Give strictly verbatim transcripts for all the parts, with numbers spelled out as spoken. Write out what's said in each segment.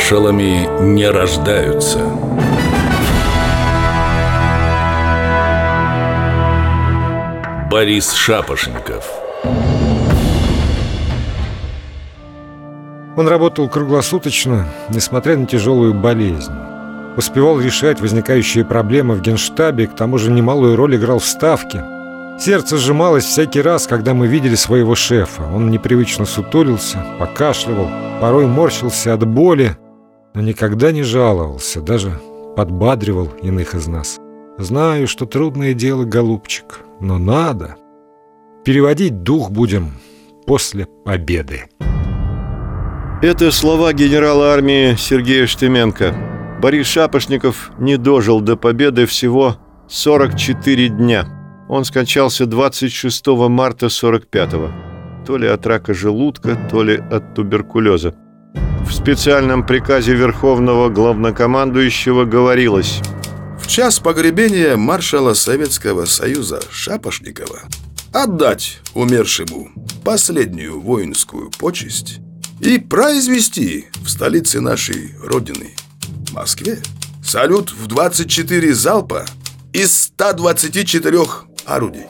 Маршалами не рождаются. Борис Шапошников. Он работал круглосуточно, несмотря на тяжелую болезнь. Успевал решать возникающие проблемы в Генштабе, к тому же немалую роль играл в Ставке. Сердце сжималось всякий раз, когда мы видели своего шефа. Он непривычно сутулился, покашливал, порой морщился от боли, но никогда не жаловался, даже подбадривал иных из нас. «Знаю, что трудное дело, голубчик, но надо. Переводить дух будем после победы». Это слова генерала армии Сергея Штеменко. Борис Шапошников не дожил до победы всего сорок четыре дня. Он скончался двадцать шестого марта сорок пятого. То ли от рака желудка, то ли от туберкулеза. В специальном приказе Верховного Главнокомандующего говорилось: в час погребения маршала Советского Союза Шапошникова отдать умершему последнюю воинскую почесть и произвести в столице нашей Родины, Москве, салют в двадцать четыре залпа из ста двадцати четырёх орудий.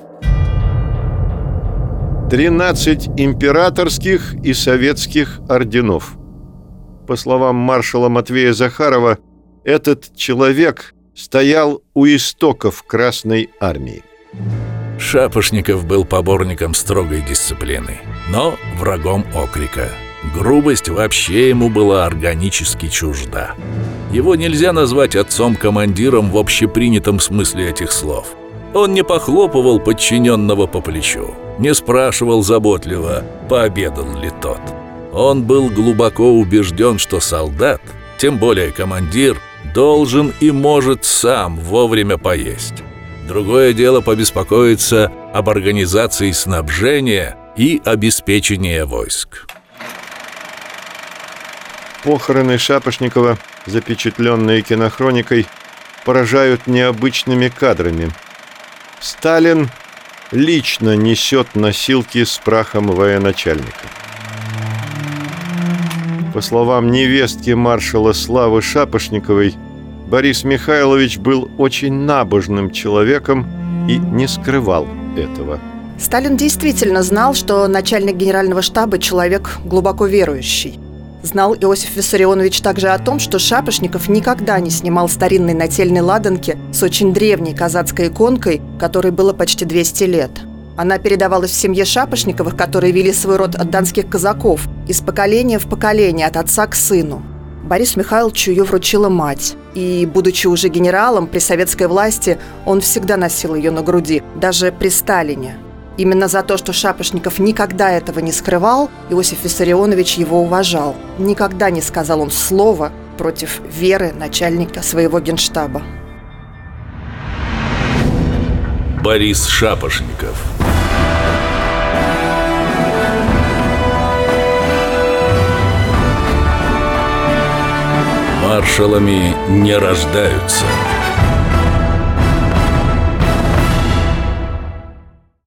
тринадцать императорских и советских орденов. По словам маршала Матвея Захарова, этот человек стоял у истоков Красной армии. Шапошников был поборником строгой дисциплины, но врагом окрика. Грубость вообще ему была органически чужда. Его нельзя назвать отцом-командиром в общепринятом смысле этих слов. Он не похлопывал подчиненного по плечу, не спрашивал заботливо, пообедал ли тот. Он был глубоко убежден, что солдат, тем более командир, должен и может сам вовремя поесть. Другое дело побеспокоиться об организации снабжения и обеспечения войск. Похороны Шапошникова, запечатленные кинохроникой, поражают необычными кадрами. Сталин лично несет носилки с прахом военачальника. По словам невестки маршала Славы Шапошниковой, Борис Михайлович был очень набожным человеком и не скрывал этого. Сталин действительно знал, что начальник генерального штаба – человек глубоко верующий. Знал Иосиф Виссарионович также о том, что Шапошников никогда не снимал старинной нательной ладанки с очень древней казацкой иконкой, которой было почти двести лет. Она передавалась в семье Шапошниковых, которые вели свой род от донских казаков, из поколения в поколение, от отца к сыну. Борису Михайловичу ее вручила мать. И, будучи уже генералом при советской власти, он всегда носил ее на груди, даже при Сталине. Именно за то, что Шапошников никогда этого не скрывал, Иосиф Виссарионович его уважал. Никогда не сказал он слова против веры начальника своего генштаба. Борис Шапошников. Маршалами не рождаются.